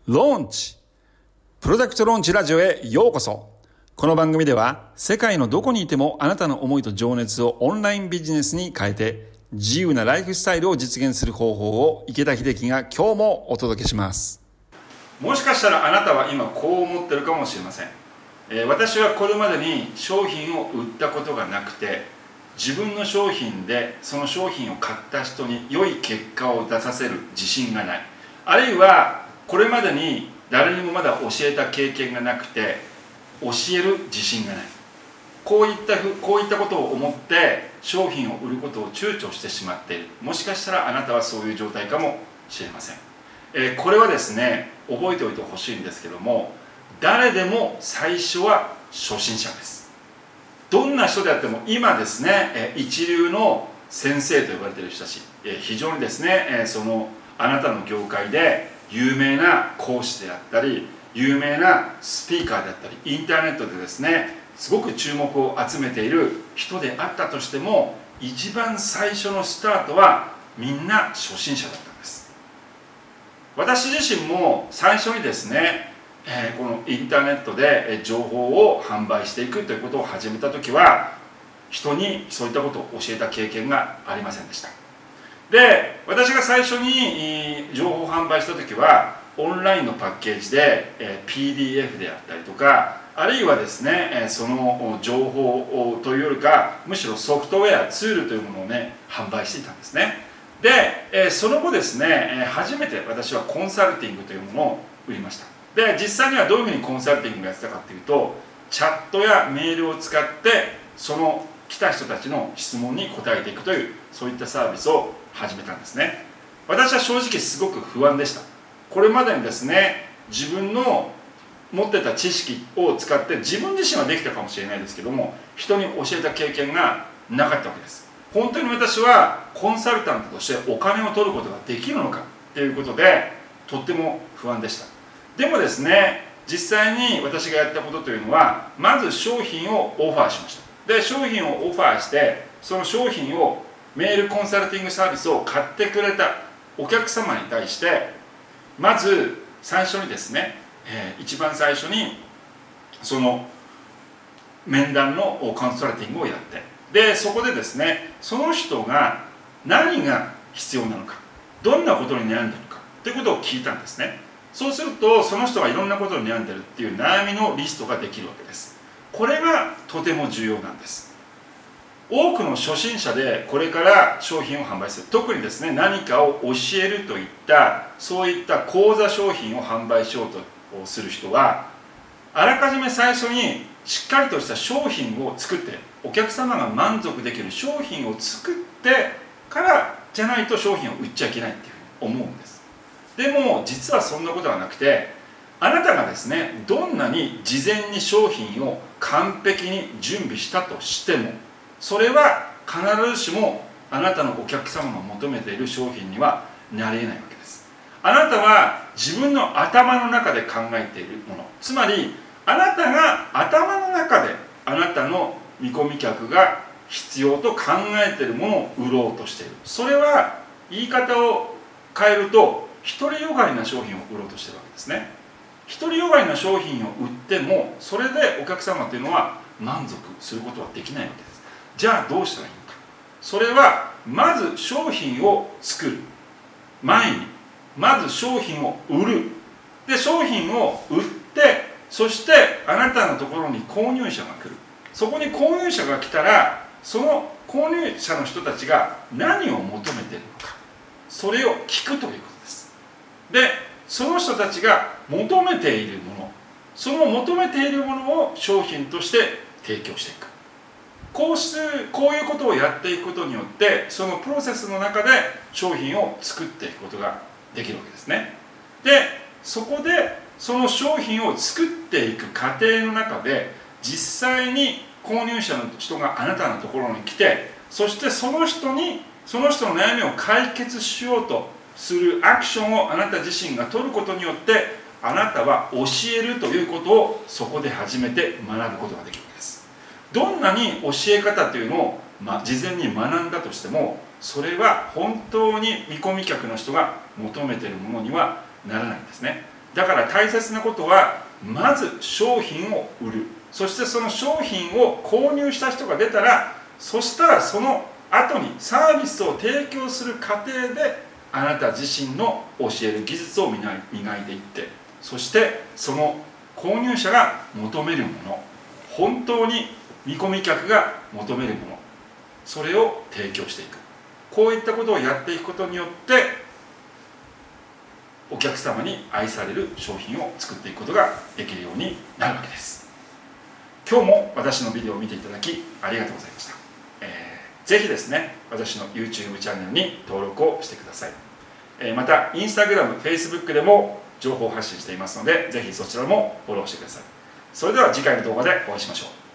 ローンチプロダクトローンチラジオへようこそ。この番組では世界のどこにいてもあなたの思いと情熱をオンラインビジネスに変えて自由なライフスタイルを実現する方法を池田秀樹が今日もお届けします。もしかしたらあなたは今こう思ってるかもしれません。私はこれまでに商品を売ったことがなくて、自分の商品でその商品を買った人に良い結果を出させる自信がない、あるいはこれまでに誰にもまだ教えた経験がなくて教える自信がない、こういったことを思って商品を売ることを躊躇してしまっている。もしかしたらあなたはそういう状態かもしれません。これはですね、覚えておいてほしいんですけども、誰でも最初は初心者です。どんな人であっても、今ですね、一流の先生と呼ばれている人たち、非常にですね、あなたの業界で有名な講師であったり、有名なスピーカーであったり、インターネットでですね、すごく注目を集めている人であったとしても、一番最初のスタートはみんな初心者だったんです。私自身も最初にですね、このインターネットで情報を販売していくということを始めた時は、人にそういったことを教えた経験がありませんでした。で、私が最初に情報を販売した時はオンラインのパッケージで PDF であったりとか、あるいはですね、その情報というよりか、むしろソフトウェアツールというものをね、販売していたんですね。で、その後ですね、初めて私はコンサルティングというものを売りました。で、実際にはどういうふうにコンサルティングをやってたかというと、チャットやメールを使ってその来た人たちの質問に答えていくという、そういったサービスを始めたんですね。私は正直すごく不安でした。これまでにですね、自分の持ってた知識を使って自分自身はできたかもしれないですけども、人に教えた経験がなかったわけです。本当に私はコンサルタントとしてお金を取ることができるのかということで、とっても不安でした。でもですね、実際に私がやったことというのは、まず商品をオファーしました。で、商品をオファーして、その商品をメールコンサルティングサービスを買ってくれたお客様に対して、まず最初にですね、一番最初にその面談のコンサルティングをやって、でそこでですね、その人が何が必要なのか、どんなことに悩んでいるのかということを聞いたんですね。そうすると、その人がいろんなことに悩んでいるっていう悩みのリストができるわけです。これがとても重要なんです。多くの初心者でこれから商品を販売する、特にですね、何かを教えるといったそういった講座商品を販売しようとする人は、あらかじめ最初にしっかりとした商品を作って、お客様が満足できる商品を作ってからじゃないと商品を売っちゃいけないっていうふうに思うんです。でも実はそんなことはなくて、あなたがですね、どんなに事前に商品を完璧に準備したとしても、それは必ずしもあなたのお客様が求めている商品にはなり得ないわけです。あなたは自分の頭の中で考えているもの、つまりあなたが頭の中であなたの見込み客が必要と考えているものを売ろうとしている。それは言い方を変えると、独りよがりな商品を売ろうとしているわけですね。独りよがりな商品を売っても、それでお客様というのは満足することはできないわけです。じゃあどうしたらいいのか。それはまず商品を作る前に、まず商品を売る。で、商品を売って、そしてあなたのところに購入者が来る。そこに購入者が来たら、その購入者の人たちが何を求めているのか、それを聞くということです。で、その人たちが求めているもの、その求めているものを商品として提供していく。こういうことをやっていくことによって、そのプロセスの中で商品を作っていくことができるわけですね。で、そこでその商品を作っていく過程の中で、実際に購入者の人があなたのところに来て、そしてその人の悩みを解決しようとするアクションをあなた自身が取ることによって、あなたは教えるということをそこで初めて学ぶことができるわけです。どんなに教え方というのを、事前に学んだとしても、それは本当に見込み客の人が求めているものにはならないんですね。 だから大切なことは、まず商品を売る。そしてその商品を購入した人が出たら、そしたらその後にサービスを提供する過程で、あなた自身の教える技術を磨いていって、そしてその購入者が求めるもの、本当に見込み客が求めるもの、それを提供していく。こういったことをやっていくことによって、お客様に愛される商品を作っていくことができるようになるわけです。今日も私のビデオを見ていただきありがとうございました。ぜひですね、私の YouTube チャンネルに登録をしてください。また Instagram、Facebook でも情報発信していますので、ぜひそちらもフォローしてください。それでは次回の動画でお会いしましょう。